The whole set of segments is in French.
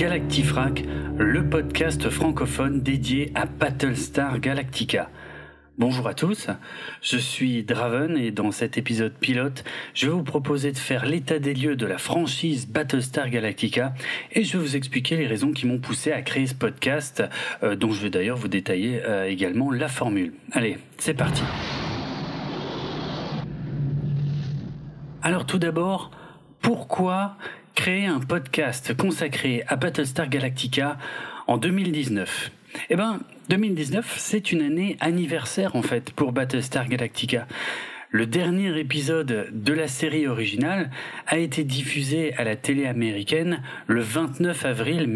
Galactifrac, le podcast francophone dédié à Battlestar Galactica. Bonjour à tous, je suis Draven et dans cet épisode pilote, je vais vous proposer de faire l'état des lieux de la franchise Battlestar Galactica et je vais vous expliquer les raisons qui m'ont poussé à créer ce podcast, dont je vais d'ailleurs vous détailler également la formule. Allez, c'est parti. Alors tout d'abord, pourquoi créer un podcast consacré à Battlestar Galactica en 2019 ? 2019, c'est une année anniversaire en fait pour Battlestar Galactica. Le dernier épisode de la série originale a été diffusé à la télé américaine le 29 avril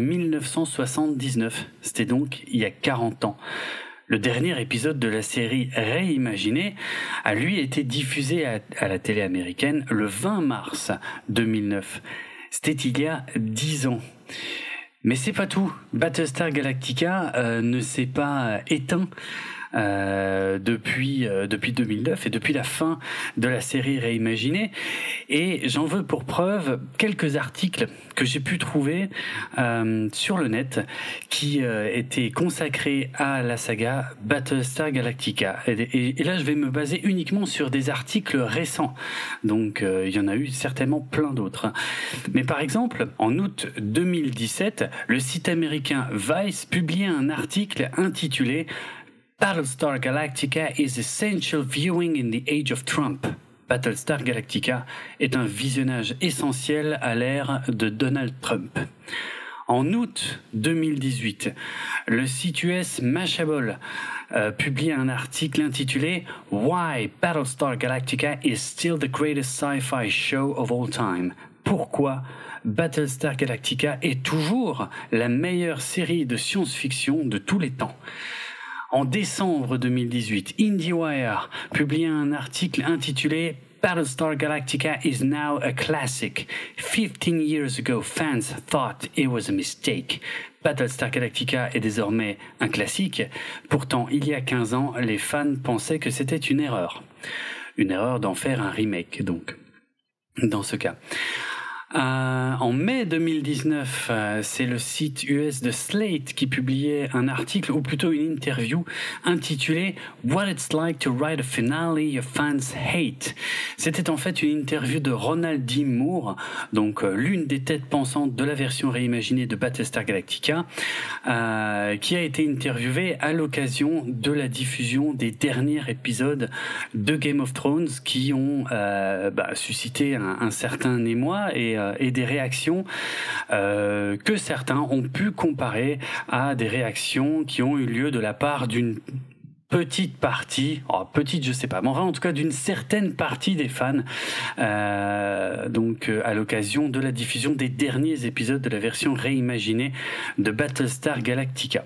1979. C'était donc il y a 40 ans. Le dernier épisode de la série réimaginée a lui été diffusé à la télé américaine le 20 mars 2009. C'était il y a 10 ans. Mais c'est pas tout. Battlestar Galactica ne s'est pas éteint depuis 2009 et depuis la fin de la série réimaginée. Et j'en veux pour preuve quelques articles que j'ai pu trouver sur le net qui étaient consacrés à la saga Battlestar Galactica. Et là, je vais me baser uniquement sur des articles récents. Donc, il y en a eu certainement plein d'autres. Mais par exemple, en août 2017, le site américain Vice publiait un article intitulé Battlestar Galactica is essential viewing in the age of Trump. Battlestar Galactica est un visionnage essentiel à l'ère de Donald Trump. En août 2018, le site US Mashable publie un article intitulé Why Battlestar Galactica is still the greatest sci-fi show of all time. Pourquoi Battlestar Galactica est toujours la meilleure série de science-fiction de tous les temps. En décembre 2018, IndieWire publiait un article intitulé Battlestar Galactica is now a classic. 15 years ago, fans thought it was a mistake. Battlestar Galactica est désormais un classique. Pourtant, il y a 15 ans, les fans pensaient que c'était une erreur. Une erreur d'en faire un remake, donc, dans ce cas. En mai 2019, c'est le site US de Slate qui publiait un article, ou plutôt une interview, intitulée What It's Like to Write a Finale Your Fans Hate. C'était en fait une interview de Ronald D. Moore, donc l'une des têtes pensantes de la version réimaginée de Battlestar Galactica, qui a été interviewé à l'occasion de la diffusion des derniers épisodes de Game of Thrones qui ont suscité un certain émoi et des réactions que certains ont pu comparer à des réactions qui ont eu lieu de la part d'une petite partie, petite je sais pas, mais enfin en tout cas d'une certaine partie des fans, donc à l'occasion de la diffusion des derniers épisodes de la version réimaginée de Battlestar Galactica.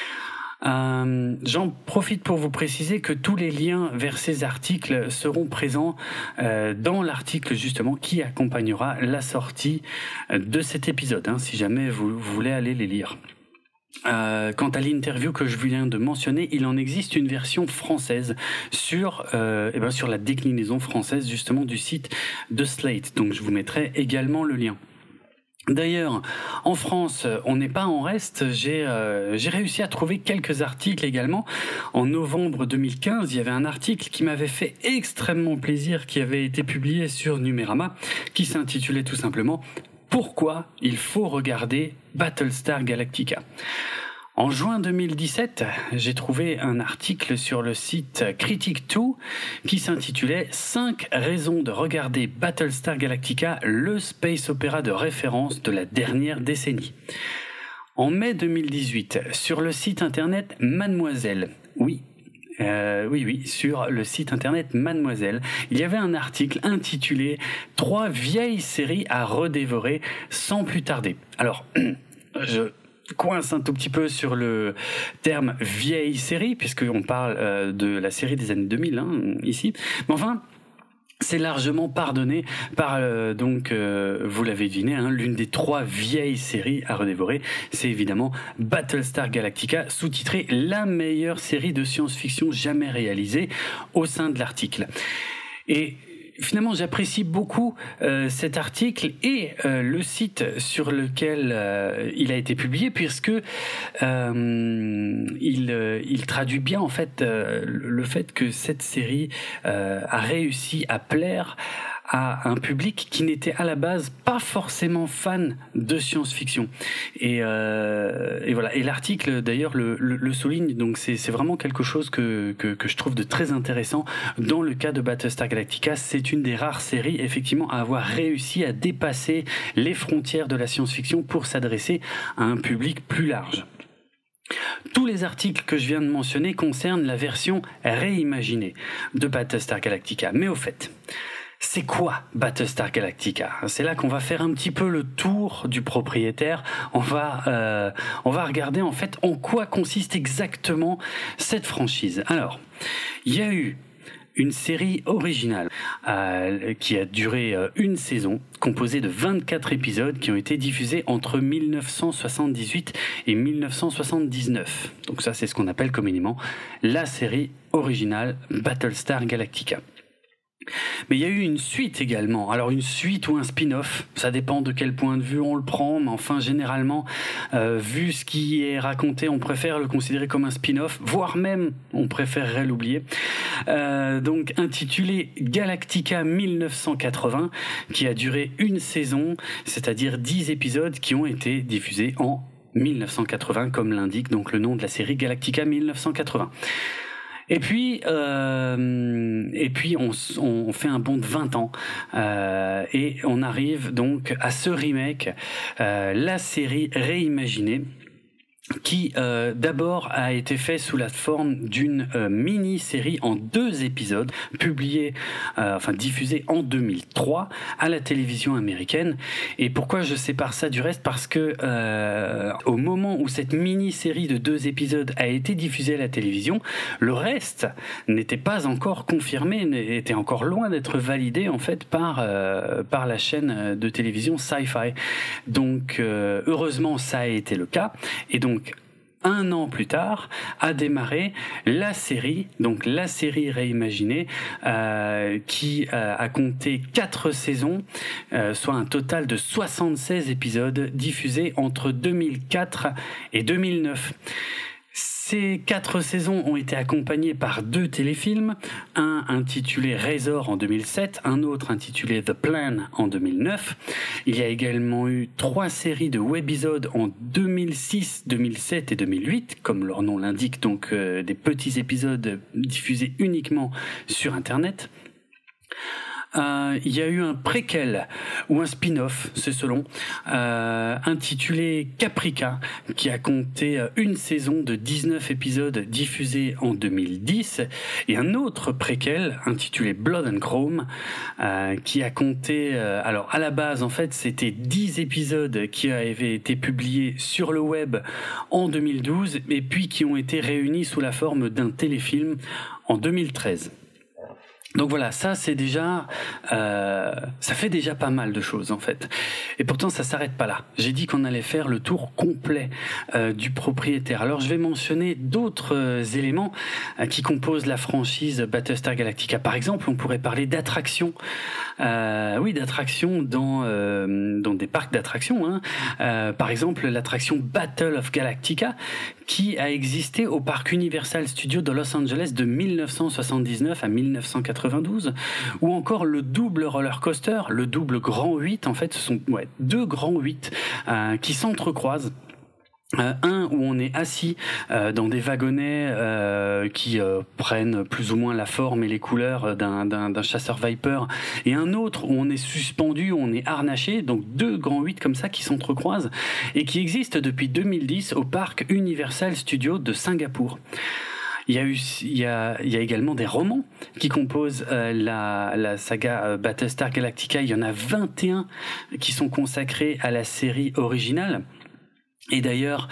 J'en profite pour vous préciser que tous les liens vers ces articles seront présents dans l'article justement qui accompagnera la sortie de cet épisode, si jamais vous voulez aller les lire. Quant à l'interview que je viens de mentionner, il en existe une version française sur la déclinaison française justement du site de Slate, donc je vous mettrai également le lien. D'ailleurs, en France, on n'est pas en reste. J'ai réussi à trouver quelques articles également. En novembre 2015, il y avait un article qui m'avait fait extrêmement plaisir, qui avait été publié sur Numérama, qui s'intitulait tout simplement « Pourquoi il faut regarder Battlestar Galactica ?» En juin 2017, j'ai trouvé un article sur le site Critique2 qui s'intitulait « 5 raisons de regarder Battlestar Galactica, le space opéra de référence de la dernière décennie ». En mai 2018, sur le site internet Mademoiselle, sur le site internet Mademoiselle, il y avait un article intitulé « 3 vieilles séries à redévorer sans plus tarder ». Alors, je coince un tout petit peu sur le terme vieille série, puisqu'on parle de la série des années 2000 ici, mais enfin c'est largement pardonné par vous l'avez deviné, l'une des 3 vieilles séries à redévorer, c'est évidemment Battlestar Galactica, sous-titrée la meilleure série de science-fiction jamais réalisée au sein de l'article. Et finalement, j'apprécie beaucoup cet article et le site sur lequel il a été publié, puisque il traduit bien en fait le fait que cette série a réussi à plaire à un public qui n'était à la base pas forcément fan de science-fiction. Et voilà. Et l'article d'ailleurs le souligne. Donc c'est vraiment quelque chose que je trouve de très intéressant dans le cas de Battlestar Galactica. C'est une des rares séries effectivement à avoir réussi à dépasser les frontières de la science-fiction pour s'adresser à un public plus large. Tous les articles que je viens de mentionner concernent la version réimaginée de Battlestar Galactica. Mais au fait, c'est quoi Battlestar Galactica ? C'est là qu'on va faire un petit peu le tour du propriétaire. On va regarder en fait en quoi consiste exactement cette franchise. Alors, il y a eu une série originale qui a duré une saison, composée de 24 épisodes qui ont été diffusés entre 1978 et 1979. Donc ça, c'est ce qu'on appelle communément la série originale Battlestar Galactica. Mais il y a eu une suite également. Alors une suite ou un spin-off, ça dépend de quel point de vue on le prend, mais enfin généralement, vu ce qui est raconté, on préfère le considérer comme un spin-off, voire même on préférerait l'oublier. Donc intitulé Galactica 1980, qui a duré une saison, c'est-à-dire 10 épisodes qui ont été diffusés en 1980, comme l'indique donc le nom de la série Galactica 1980. Et puis on fait un bond de 20 ans et on arrive donc à ce remake, la série réimaginée, qui d'abord a été fait sous la forme d'une mini-série en 2 épisodes, publiée, diffusée en 2003 à la télévision américaine. Et pourquoi je sépare ça du reste ? Parce que au moment où cette mini-série de 2 épisodes a été diffusée à la télévision, le reste n'était pas encore confirmé, était encore loin d'être validé en fait par la chaîne de télévision Sci-Fi. Donc heureusement ça a été le cas, et donc 1 an plus tard, a démarré la série réimaginée, qui a compté 4 saisons, soit un total de 76 épisodes diffusés entre 2004 et 2009. Ces 4 saisons ont été accompagnées par 2 téléfilms, un intitulé Razor en 2007, un autre intitulé The Plan en 2009. Il y a également eu 3 séries de webisodes en 2006, 2007 et 2008, comme leur nom l'indique, donc des petits épisodes diffusés uniquement sur Internet. Il y a eu un préquel ou un spin-off, c'est selon, intitulé Caprica, qui a compté une saison de 19 épisodes diffusés en 2010, et un autre préquel intitulé Blood and Chrome, qui a compté, alors à la base en fait c'était 10 épisodes qui avaient été publiés sur le web en 2012, et puis qui ont été réunis sous la forme d'un téléfilm en 2013. Donc voilà, ça c'est déjà, ça fait déjà pas mal de choses en fait. Et pourtant ça s'arrête pas là. J'ai dit qu'on allait faire le tour complet du propriétaire. Alors je vais mentionner d'autres éléments qui composent la franchise Battlestar Galactica. Par exemple, on pourrait parler d'attractions. D'attractions dans des parcs d'attractions. Par exemple, l'attraction Battle of Galactica, qui a existé au parc Universal Studios de Los Angeles de 1979 à 1992, ou encore le double roller coaster, le double grand 8, en fait ce sont 2 grands 8 qui s'entrecroisent. Un où on est assis dans des wagonnets qui prennent plus ou moins la forme et les couleurs d'un chasseur Viper, et un autre où on est suspendu, où on est harnaché, donc 2 grands 8 comme ça qui s'entrecroisent et qui existent depuis 2010 au parc Universal Studios de Singapour. Il y a également des romans qui composent la saga Battlestar Galactica. Il y en a 21 qui sont consacrés à la série originale. Et d'ailleurs,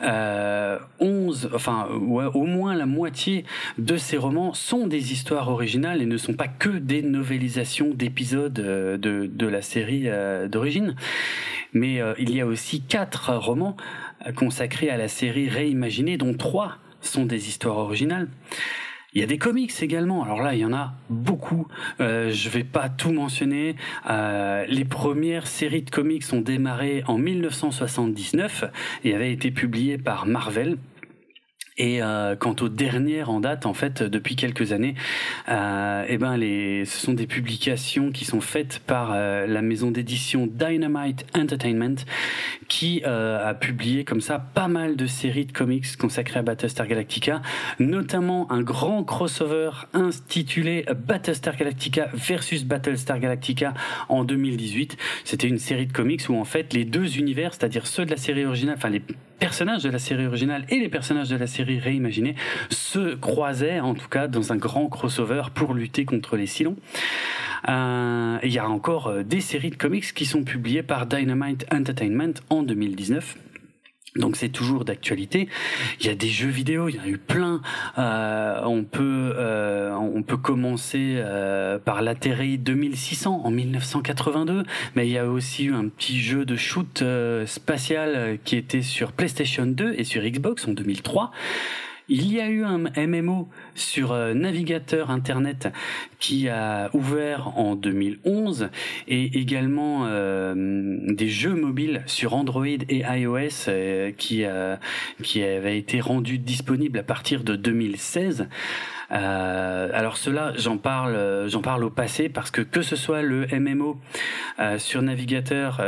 au moins la moitié de ces romans sont des histoires originales et ne sont pas que des novélisations d'épisodes de la série d'origine. Mais il y a aussi 4 romans consacrés à la série réimaginée, dont 3 sont des histoires originales. Il y a des comics également. Alors là, il y en a beaucoup. Je vais pas tout mentionner. Les premières séries de comics ont démarré en 1979 et avaient été publiées par Marvel. Et quant aux dernières en date, en fait, depuis quelques années, ce sont des publications qui sont faites par la maison d'édition Dynamite Entertainment, qui a publié comme ça pas mal de séries de comics consacrées à Battlestar Galactica, notamment un grand crossover intitulé Battlestar Galactica versus Battlestar Galactica en 2018. C'était une série de comics où en fait les deux univers, c'est-à-dire ceux de la série originale, enfin les personnages de la série originale et les personnages de la série réimaginée se croisaient en tout cas dans un grand crossover pour lutter contre les Cylons. Il y a encore des séries de comics qui sont publiées par Dynamite Entertainment en 2019. Donc c'est toujours d'actualité. Il y a des jeux vidéo, il y en a eu plein. On peut commencer par l'Atari 2600 en 1982, mais il y a aussi eu un petit jeu de shoot spatial qui était sur PlayStation 2 et sur Xbox en 2003. Il y a eu un MMO sur navigateur internet qui a ouvert en 2011 et également des jeux mobiles sur Android et iOS qui avaient été rendus disponibles à partir de 2016. Alors cela, j'en parle au passé parce que ce soit le MMO sur navigateur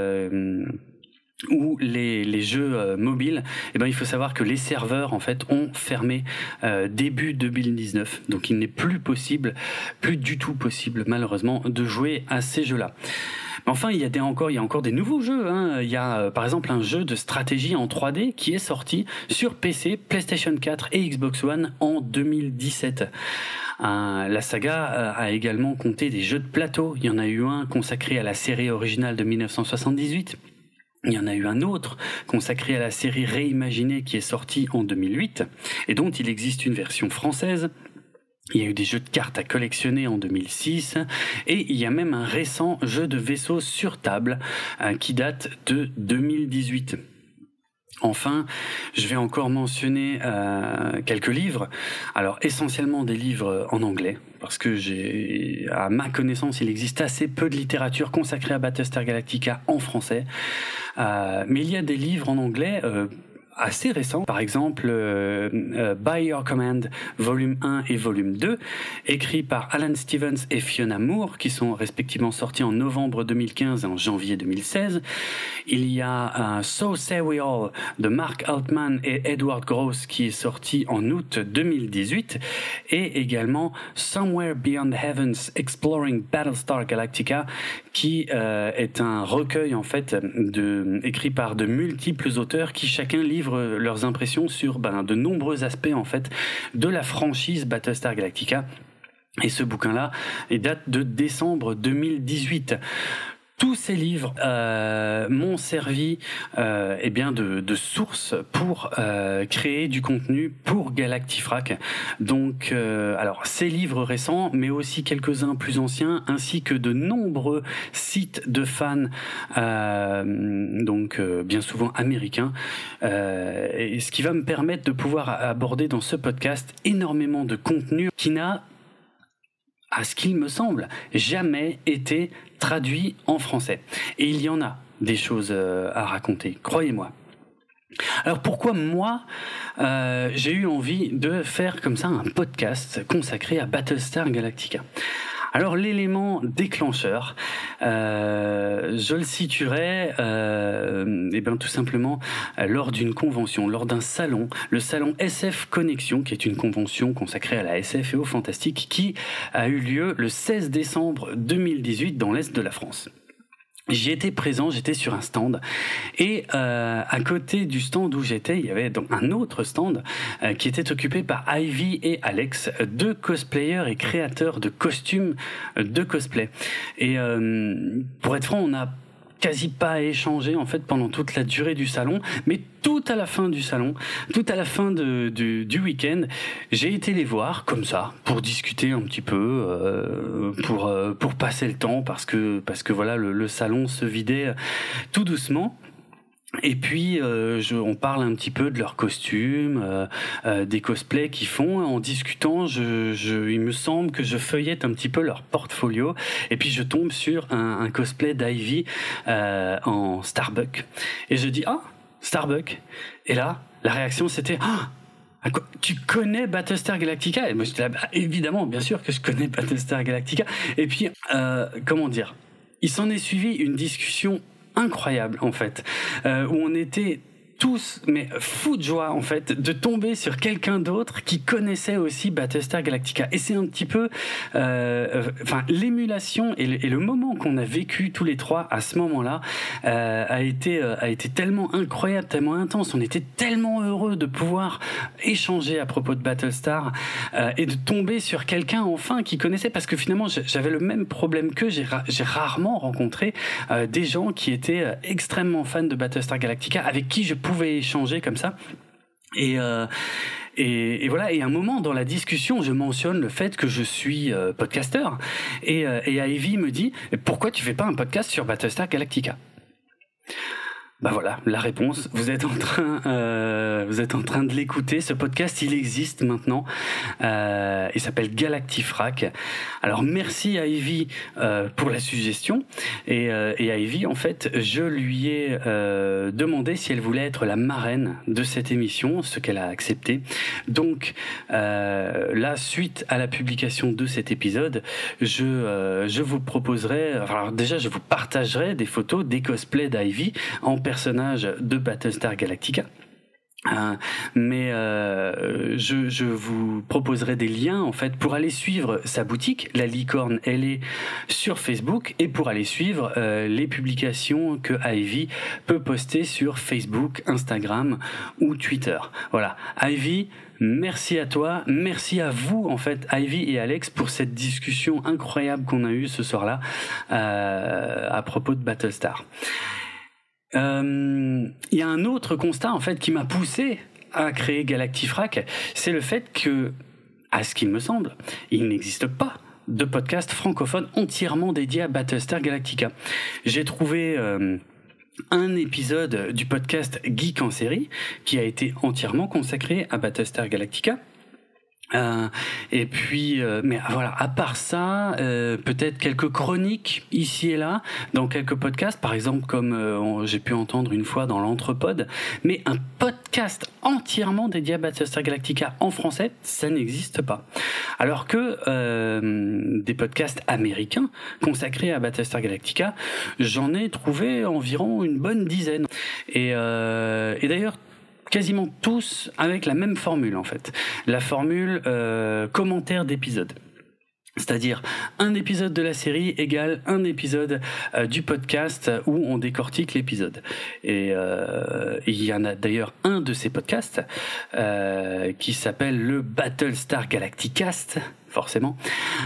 ou les jeux mobiles, il faut savoir que les serveurs en fait ont fermé début 2019, donc il n'est plus du tout possible malheureusement de jouer à ces jeux-là. Mais enfin, il y a encore des nouveaux jeux. Il y a par exemple un jeu de stratégie en 3D qui est sorti sur PC, PlayStation 4 et Xbox One en 2017. La saga a également compté des jeux de plateau. Il y en a eu un consacré à la série originale de 1978. Il y en a eu un autre consacré à la série réimaginée qui est sortie en 2008 et dont il existe une version française. Il y a eu des jeux de cartes à collectionner en 2006 et il y a même un récent jeu de vaisseau sur table qui date de 2018. Enfin, je vais encore mentionner quelques livres. Alors essentiellement des livres en anglais, parce que à ma connaissance, il existe assez peu de littérature consacrée à Battlestar Galactica en français. Mais il y a des livres en anglais assez récents, par exemple By Your Command, volume 1 et volume 2, écrits par Alan Stevens et Fiona Moore, qui sont respectivement sortis en novembre 2015 et en janvier 2016. Il y a So Say We All de Mark Altman et Edward Gross, qui est sorti en août 2018, et également Somewhere Beyond the Heavens Exploring Battlestar Galactica, qui est un recueil en fait écrit par de multiples auteurs qui chacun livrent leurs impressions sur de nombreux aspects en fait de la franchise Battlestar Galactica. Et ce bouquin-là date de décembre 2018. Tous ces livres m'ont servi de source pour créer du contenu pour Galactifrac. Donc alors ces livres récents, mais aussi quelques-uns plus anciens, ainsi que de nombreux sites de fans, bien souvent américains, et ce qui va me permettre de pouvoir aborder dans ce podcast énormément de contenu qui n'a, à ce qu'il me semble, jamais été traduit en français. Et il y en a des choses à raconter, croyez-moi. Alors pourquoi moi, j'ai eu envie de faire comme ça un podcast consacré à Battlestar Galactica ? Alors l'élément déclencheur, je le situerai tout simplement lors d'une convention, lors d'un salon, le salon SF Connexion, qui est une convention consacrée à la SF et au fantastique, qui a eu lieu le 16 décembre 2018 dans l'Est de la France. J'y étais présent, j'étais sur un stand et à côté du stand où j'étais, il y avait donc un autre stand qui était occupé par Ivy et Alex, deux cosplayers et créateurs de costumes de cosplay. Et pour être franc, on n'a quasi pas échangé en fait pendant toute la durée du salon, mais tout à la fin du salon, tout à la fin du week-end, j'ai été les voir comme ça pour discuter un petit peu, pour passer le temps parce que voilà le salon se vidait tout doucement. Et puis, on parle un petit peu de leurs costumes, des cosplays qu'ils font. En discutant, il me semble que je feuillette un petit peu leur portfolio. Et puis, je tombe sur un cosplay d'Ivy en Starbuck. Et je dis, ah, Starbuck. Et là, la réaction, c'était, ah, tu connais Battlestar Galactica? Et moi, j'étais là, bah, évidemment, bien sûr que je connais Battlestar Galactica. Et puis, comment dire, il s'en est suivi une discussion incroyable en fait, où on était tous mais fous de joie en fait de tomber sur quelqu'un d'autre qui connaissait aussi Battlestar Galactica. Et c'est un petit peu l'émulation et le moment qu'on a vécu tous les trois à ce moment-là a été tellement incroyable, tellement intense. On était tellement heureux de pouvoir échanger à propos de Battlestar et de tomber sur quelqu'un enfin qui connaissait, parce que finalement j'avais le même problème qu'eux. J'ai rarement rencontré des gens qui étaient extrêmement fans de Battlestar Galactica avec qui je pouvais échanger comme ça. Et voilà. Et à un moment dans la discussion, je mentionne le fait que je suis podcasteur, et Ivy me dit, pourquoi tu fais pas un podcast sur Battlestar Galactica? Bah voilà, la réponse. Vous êtes en train de l'écouter. Ce podcast, il existe maintenant. Il s'appelle Galactifrac. Alors merci à Ivy pour la suggestion. Et Ivy, en fait, je lui ai demandé si elle voulait être la marraine de cette émission, ce qu'elle a accepté. Donc là, suite à la publication de cet épisode, je vous proposerai, alors déjà, je vous partagerai des photos des cosplays d'Ivy en personnage de Battlestar Galactica. Mais je vous proposerai des liens en fait pour aller suivre sa boutique, la Licorne LA, sur Facebook, et pour aller suivre les publications que Ivy peut poster sur Facebook, Instagram ou Twitter. Voilà, Ivy, merci à toi, merci à vous en fait, Ivy et Alex, pour cette discussion incroyable qu'on a eue ce soir-là à propos de Battlestar. Il y a un autre constat en fait qui m'a poussé à créer Galactifrac, c'est le fait que, à ce qu'il me semble, il n'existe pas de podcast francophone entièrement dédié à Battlestar Galactica. J'ai trouvé un épisode du podcast Geek en série qui a été entièrement consacré à Battlestar Galactica. Et puis, mais voilà, à part ça, peut-être quelques chroniques ici et là dans quelques podcasts, par exemple comme j'ai pu entendre une fois dans l'Entrepode. Mais un podcast entièrement dédié à Battlestar Galactica en français, ça n'existe pas. Alors que des podcasts américains consacrés à Battlestar Galactica, j'en ai trouvé environ une bonne dizaine. Et d'ailleurs, quasiment tous avec la même formule en fait, la formule commentaire d'épisode. C'est-à-dire un épisode de la série égale un épisode du podcast où on décortique l'épisode. Et il y en a d'ailleurs un de ces podcasts qui s'appelle le Battlestar Galacticast, forcément,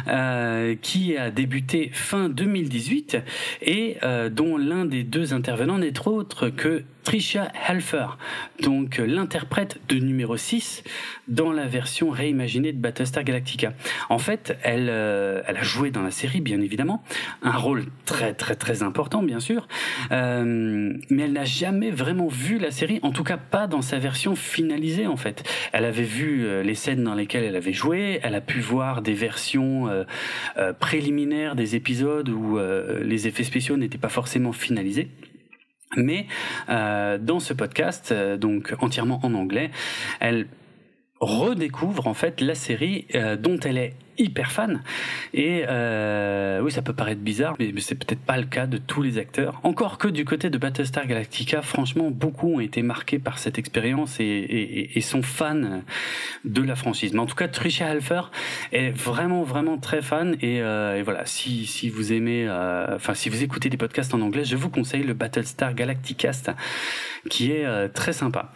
qui a débuté fin 2018 et dont l'un des deux intervenants n'est autre que Tricia Helfer, donc l'interprète de numéro 6 dans la version réimaginée de Battlestar Galactica. En fait, elle a joué dans la série, bien évidemment, un rôle très très très important, bien sûr, mais elle n'a jamais vraiment vu la série, en tout cas pas dans sa version finalisée, en fait. Elle avait vu les scènes dans lesquelles elle avait joué, elle a pu voir des versions préliminaires des épisodes où les effets spéciaux n'étaient pas forcément finalisés. Mais dans ce podcast, donc entièrement en anglais, elle redécouvre en fait la série dont elle est hyper fan. Et oui, ça peut paraître bizarre, mais c'est peut-être pas le cas de tous les acteurs. Encore que du côté de Battlestar Galactica, franchement, beaucoup ont été marqués par cette expérience et sont fans de la franchise. Mais en tout cas, Tricia Helfer est vraiment vraiment très fan. Et voilà, si vous aimez, si vous écoutez des podcasts en anglais, je vous conseille le Battlestar Galacticast, qui est très sympa.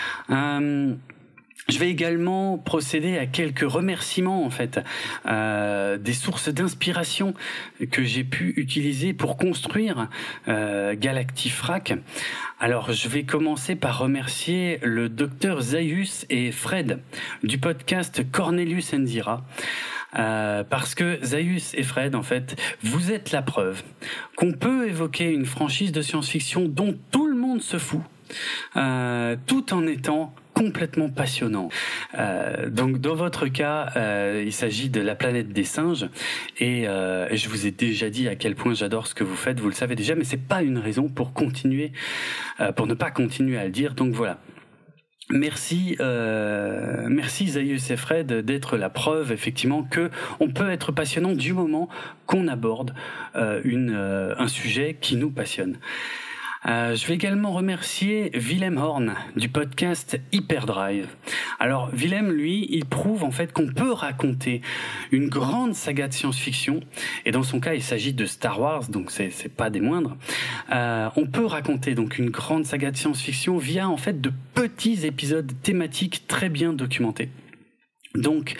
Je vais également procéder à quelques remerciements en fait, des sources d'inspiration que j'ai pu utiliser pour construire Galactifrac. Alors je vais commencer par remercier le docteur Zaius et Fred du podcast Cornelius and Zira. Parce que Zaius et Fred, en fait, vous êtes la preuve qu'on peut évoquer une franchise de science-fiction dont tout le monde se fout, tout en étant complètement passionnant. Donc dans votre cas, il s'agit de La planète des singes et je vous ai déjà dit à quel point j'adore ce que vous faites, vous le savez déjà, mais c'est pas une raison pour continuer, pour ne pas continuer à le dire. Donc voilà. Merci Zaius et Fred d'être la preuve effectivement que on peut être passionnant du moment qu'on aborde un sujet qui nous passionne. Je vais également remercier Willem Horn du podcast Hyperdrive. Alors Willem, lui, il prouve en fait qu'on peut raconter une grande saga de science-fiction, et dans son cas il s'agit de Star Wars, donc c'est pas des moindres. On peut raconter donc une grande saga de science-fiction via en fait de petits épisodes thématiques très bien documentés. Donc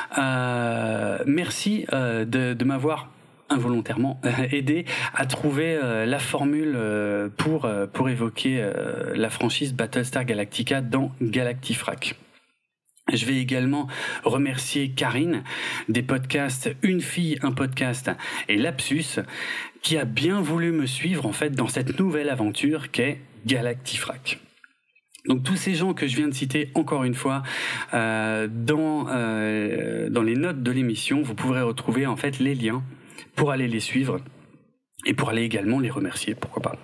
merci de m'avoir involontairement aidé à trouver la formule pour évoquer la franchise Battlestar Galactica dans Galactifrac. Je vais également remercier Karine des podcasts Une fille, un podcast et Lapsus qui a bien voulu me suivre en fait dans cette nouvelle aventure qu'est Galactifrac. Donc tous ces gens que je viens de citer encore une fois dans les notes de l'émission, vous pourrez retrouver en fait les liens pour aller les suivre et pour aller également les remercier, pourquoi pas.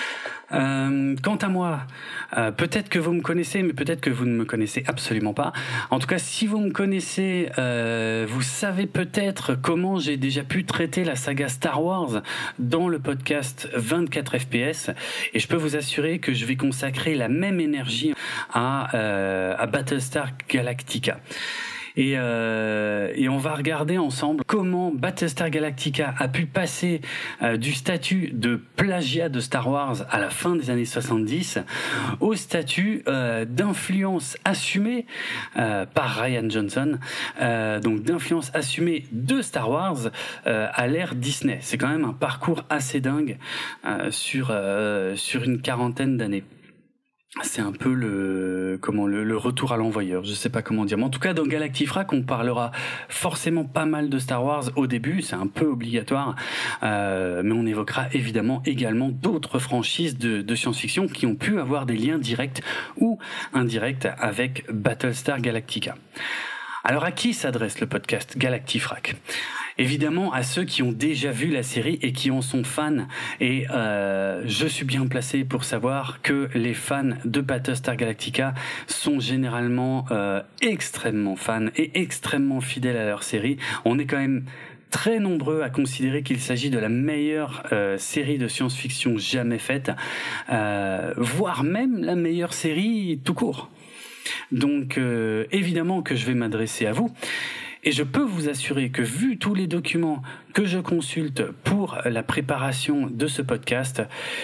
Quant à moi, peut-être que vous me connaissez, mais peut-être que vous ne me connaissez absolument pas. En tout cas, si vous me connaissez, vous savez peut-être comment j'ai déjà pu traiter la saga Star Wars dans le podcast 24 FPS, et je peux vous assurer que je vais consacrer la même énergie à Battlestar Galactica. Et on va regarder ensemble comment Battlestar Galactica a pu passer du statut de plagiat de Star Wars à la fin des années 70 au statut d'influence assumée par Rian Johnson, donc d'influence assumée de Star Wars à l'ère Disney. C'est quand même un parcours assez dingue sur une quarantaine d'années. C'est un peu le retour à l'envoyeur, je sais pas comment dire. Mais en tout cas, dans Galactifrac, on parlera forcément pas mal de Star Wars au début, c'est un peu obligatoire, mais on évoquera évidemment également d'autres franchises de science-fiction qui ont pu avoir des liens directs ou indirects avec Battlestar Galactica. Alors à qui s'adresse le podcast Galactifrac ? Évidemment à ceux qui ont déjà vu la série et qui en sont fans, et je suis bien placé pour savoir que les fans de Battlestar Galactica sont généralement extrêmement fans et extrêmement fidèles à leur série. On est quand même très nombreux à considérer qu'il s'agit de la meilleure série de science-fiction jamais faite, voire même la meilleure série tout court. Donc évidemment que je vais m'adresser à vous. Et je peux vous assurer que vu tous les documents que je consulte pour la préparation de ce podcast,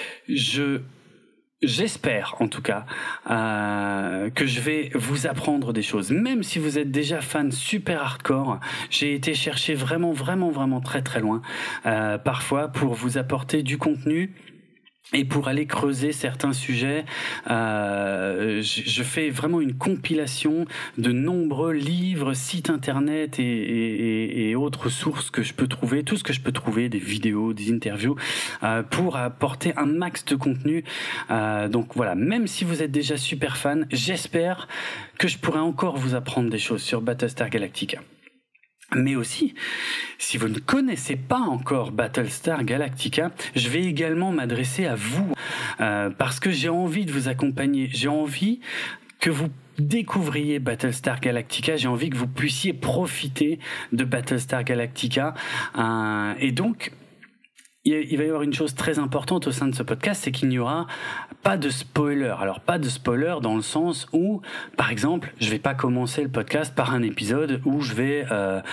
j'espère en tout cas que je vais vous apprendre des choses. Même si vous êtes déjà fan super hardcore, j'ai été chercher vraiment très très loin parfois pour vous apporter du contenu. Et pour aller creuser certains sujets, je fais vraiment une compilation de nombreux livres, sites internet et autres sources que je peux trouver, tout ce que je peux trouver, des vidéos, des interviews, pour apporter un max de contenu. Donc voilà, même si vous êtes déjà super fan, j'espère que je pourrai encore vous apprendre des choses sur Battlestar Galactica. Mais aussi, si vous ne connaissez pas encore Battlestar Galactica, je vais également m'adresser à vous parce que j'ai envie de vous accompagner. J'ai envie que vous découvriez Battlestar Galactica, j'ai envie que vous puissiez profiter de Battlestar Galactica. Et donc, il va y avoir une chose très importante au sein de ce podcast, c'est qu'il n'y aura pas de spoiler. Alors pas de spoiler dans le sens où, par exemple, je vais pas commencer le podcast par un épisode où je vais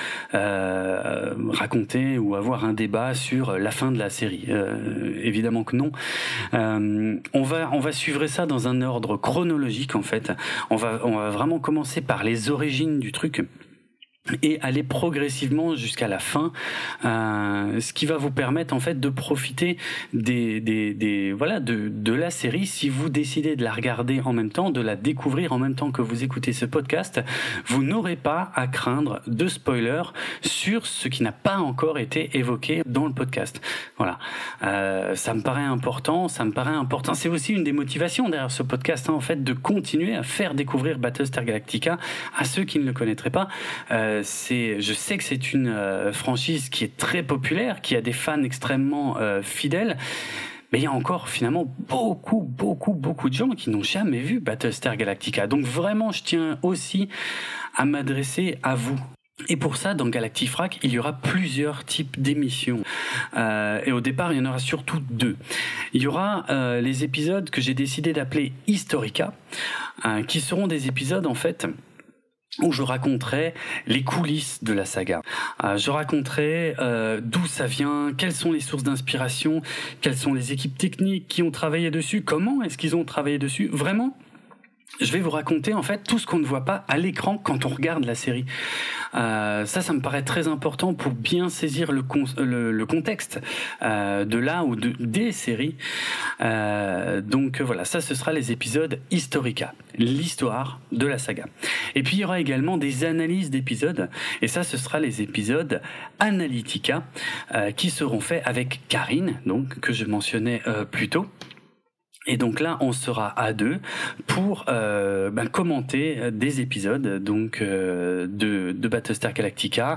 raconter ou avoir un débat sur la fin de la série. Évidemment que non. On va suivre ça dans un ordre chronologique en fait. On va vraiment commencer par les origines du truc. et aller progressivement jusqu'à la fin, ce qui va vous permettre en fait de profiter de la série. Si vous décidez de la regarder en même temps, de la découvrir en même temps que vous écoutez ce podcast, vous n'aurez pas à craindre de spoiler sur ce qui n'a pas encore été évoqué dans le podcast. Voilà, ça me paraît important. C'est aussi une des motivations derrière ce podcast, en fait, de continuer à faire découvrir Battlestar Galactica à ceux qui ne le connaîtraient pas. Je sais que c'est une franchise qui est très populaire, qui a des fans extrêmement fidèles, mais il y a encore finalement beaucoup de gens qui n'ont jamais vu Battlestar Galactica. Donc vraiment, je tiens aussi à m'adresser à vous. Et pour ça, dans Galactifrac, il y aura plusieurs types d'émissions. Et au départ, il y en aura surtout 2. Il y aura les épisodes que j'ai décidé d'appeler Historica, qui seront des épisodes en fait où je raconterai les coulisses de la saga. Je raconterai d'où ça vient, quelles sont les sources d'inspiration, quelles sont les équipes techniques qui ont travaillé dessus, comment est-ce qu'ils ont travaillé dessus. Vraiment, je vais vous raconter en fait tout ce qu'on ne voit pas à l'écran quand on regarde la série. Ça me paraît très important pour bien saisir le contexte de là ou des séries. Donc voilà, ça ce sera les épisodes Historica, l'histoire de la saga. Et puis il y aura également des analyses d'épisodes, et ça ce sera les épisodes Analytica qui seront faits avec Karine, donc que je mentionnais plus tôt. Et donc là, on sera à 2 pour commenter des épisodes donc de Battlestar Galactica,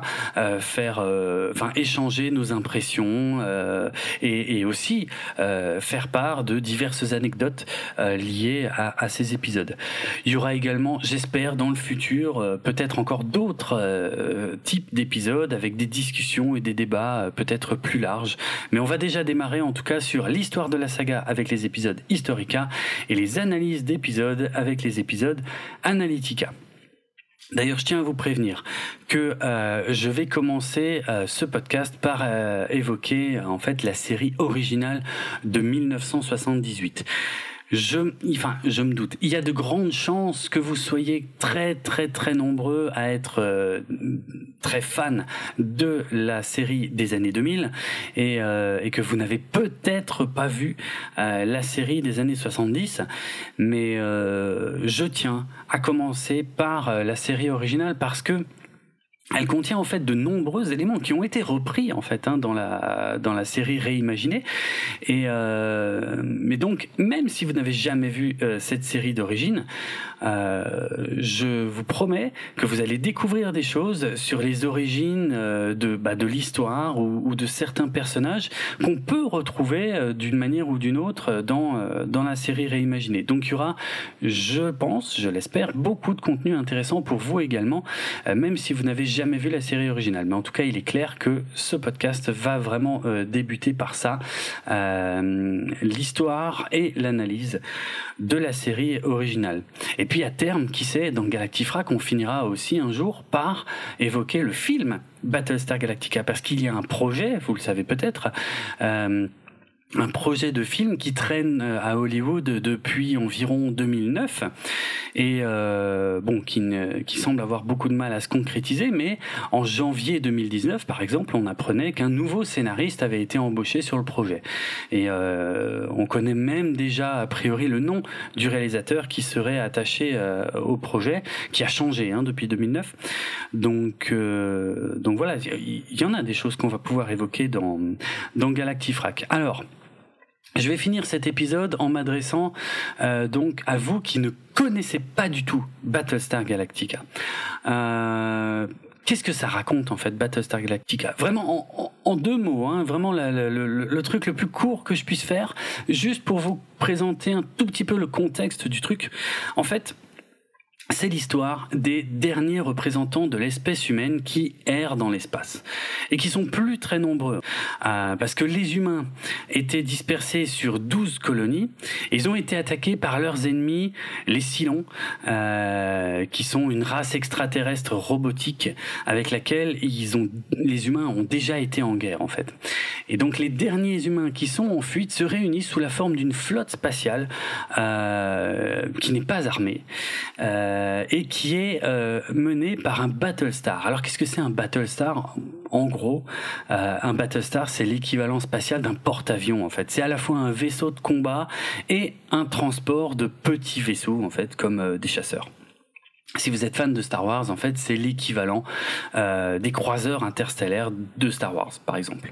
échanger nos impressions et aussi faire part de diverses anecdotes liées à ces épisodes. Il y aura également, j'espère, dans le futur, peut-être encore d'autres types d'épisodes avec des discussions et des débats peut-être plus larges. Mais on va déjà démarrer en tout cas sur l'histoire de la saga avec les épisodes Historica et les analyses d'épisodes avec les épisodes Analytica. D'ailleurs, je tiens à vous prévenir que je vais commencer ce podcast par évoquer en fait la série originale de 1978. Je me doute. Il y a de grandes chances que vous soyez très nombreux à être très fans de la série des années 2000 et que vous n'avez peut-être pas vu la série des années 70. Mais je tiens à commencer par la série originale parce que elle contient en fait de nombreux éléments qui ont été repris en fait dans la série réimaginée mais donc même si vous n'avez jamais vu cette série d'origine, je vous promets que vous allez découvrir des choses sur les origines de l'histoire ou de certains personnages qu'on peut retrouver d'une manière ou d'une autre dans la série réimaginée. Donc il y aura, je l'espère, beaucoup de contenu intéressant pour vous également, même si vous n'avez jamais vu la série originale. Mais en tout cas, il est clair que ce podcast va vraiment débuter par ça, l'histoire et l'analyse de la série originale. Et puis à terme, qui sait, dans Galactifrac, on finira aussi un jour par évoquer le film Battlestar Galactica, parce qu'il y a un projet, vous le savez peut-être, un projet de film qui traîne à Hollywood depuis environ 2009 et qui semble avoir beaucoup de mal à se concrétiser, mais en janvier 2019 par exemple, on apprenait qu'un nouveau scénariste avait été embauché sur le projet et on connaît même déjà a priori le nom du réalisateur qui serait attaché au projet, qui a changé depuis 2009. Donc voilà, il y en a des choses qu'on va pouvoir évoquer dans Galactifrac. Alors, je vais finir cet épisode en m'adressant donc à vous qui ne connaissez pas du tout Battlestar Galactica. Qu'est-ce que ça raconte en fait Battlestar Galactica ? Vraiment en 2 mots, vraiment le truc le plus court que je puisse faire, juste pour vous présenter un tout petit peu le contexte du truc. En fait, c'est l'histoire des derniers représentants de l'espèce humaine qui errent dans l'espace et qui sont plus très nombreux parce que les humains étaient dispersés sur 12 colonies et ils ont été attaqués par leurs ennemis, les Cylons, qui sont une race extraterrestre robotique avec laquelle les humains ont déjà été en guerre en fait. Et donc les derniers humains qui sont en fuite se réunissent sous la forme d'une flotte spatiale qui n'est pas armée et qui est mené par un Battlestar. Alors qu'est-ce que c'est un Battlestar ? En gros, un Battlestar, c'est l'équivalent spatial d'un porte-avions en fait. C'est à la fois un vaisseau de combat et un transport de petits vaisseaux en fait, comme des chasseurs. Si vous êtes fan de Star Wars, en fait, c'est l'équivalent des croiseurs interstellaires de Star Wars, par exemple.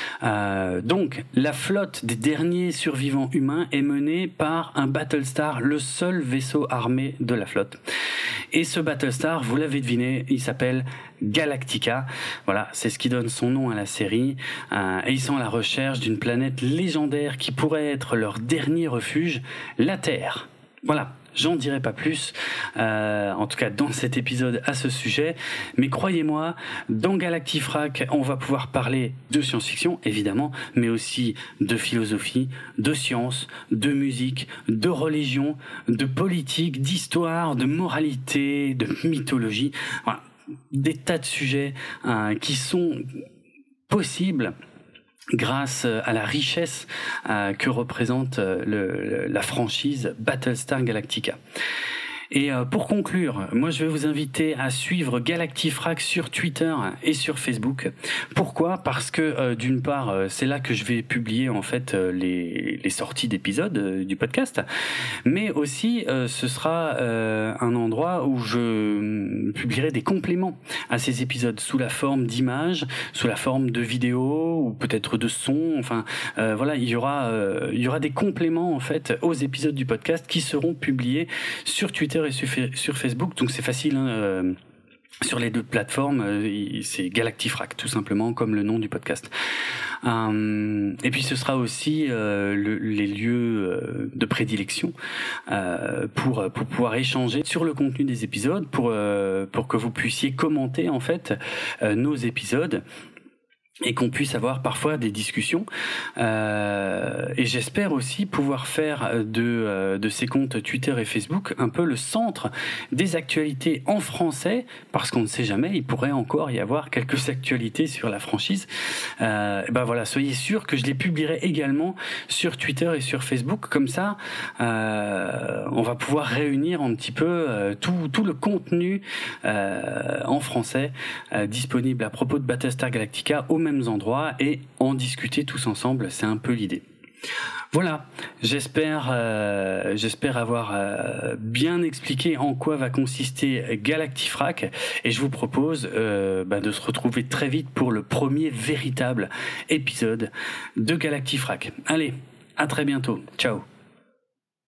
Donc, la flotte des derniers survivants humains est menée par un Battlestar, le seul vaisseau armé de la flotte. Et ce Battlestar, vous l'avez deviné, il s'appelle Galactica. Voilà, c'est ce qui donne son nom à la série. Et ils sont à la recherche d'une planète légendaire qui pourrait être leur dernier refuge, la Terre. Voilà. J'en dirai pas plus, en tout cas dans cet épisode à ce sujet, mais croyez-moi, dans Galactifrac, on va pouvoir parler de science-fiction, évidemment, mais aussi de philosophie, de science, de musique, de religion, de politique, d'histoire, de moralité, de mythologie, voilà, des tas de sujets qui sont possibles grâce à la richesse que représente la franchise Battlestar Galactica. Et pour conclure, moi je vais vous inviter à suivre Galactifrac sur Twitter et sur Facebook. Pourquoi ? Parce que d'une part, c'est là que je vais publier en fait les sorties d'épisodes du podcast, mais aussi ce sera un endroit où je publierai des compléments à ces épisodes sous la forme d'images, sous la forme de vidéos ou peut-être de sons. Enfin, voilà, il y aura des compléments en fait aux épisodes du podcast qui seront publiés sur Twitter et sur Facebook, donc c'est facile sur les deux plateformes, c'est Galactifrac tout simplement comme le nom du podcast. Et puis ce sera aussi les lieux de prédilection pour pouvoir échanger sur le contenu des épisodes, pour que vous puissiez commenter en fait nos épisodes et qu'on puisse avoir parfois des discussions. Et j'espère aussi pouvoir faire de ces comptes Twitter et Facebook un peu le centre des actualités en français, parce qu'on ne sait jamais, il pourrait encore y avoir quelques actualités sur la franchise. Ben voilà, soyez sûrs que je les publierai également sur Twitter et sur Facebook, comme ça on va pouvoir réunir un petit peu tout le contenu en français disponible à propos de Battlestar Galactica au mêmes endroits et en discuter tous ensemble, c'est un peu l'idée. Voilà, j'espère avoir bien expliqué en quoi va consister Galactifrac et je vous propose de se retrouver très vite pour le premier véritable épisode de Galactifrac. Allez, à très bientôt, ciao.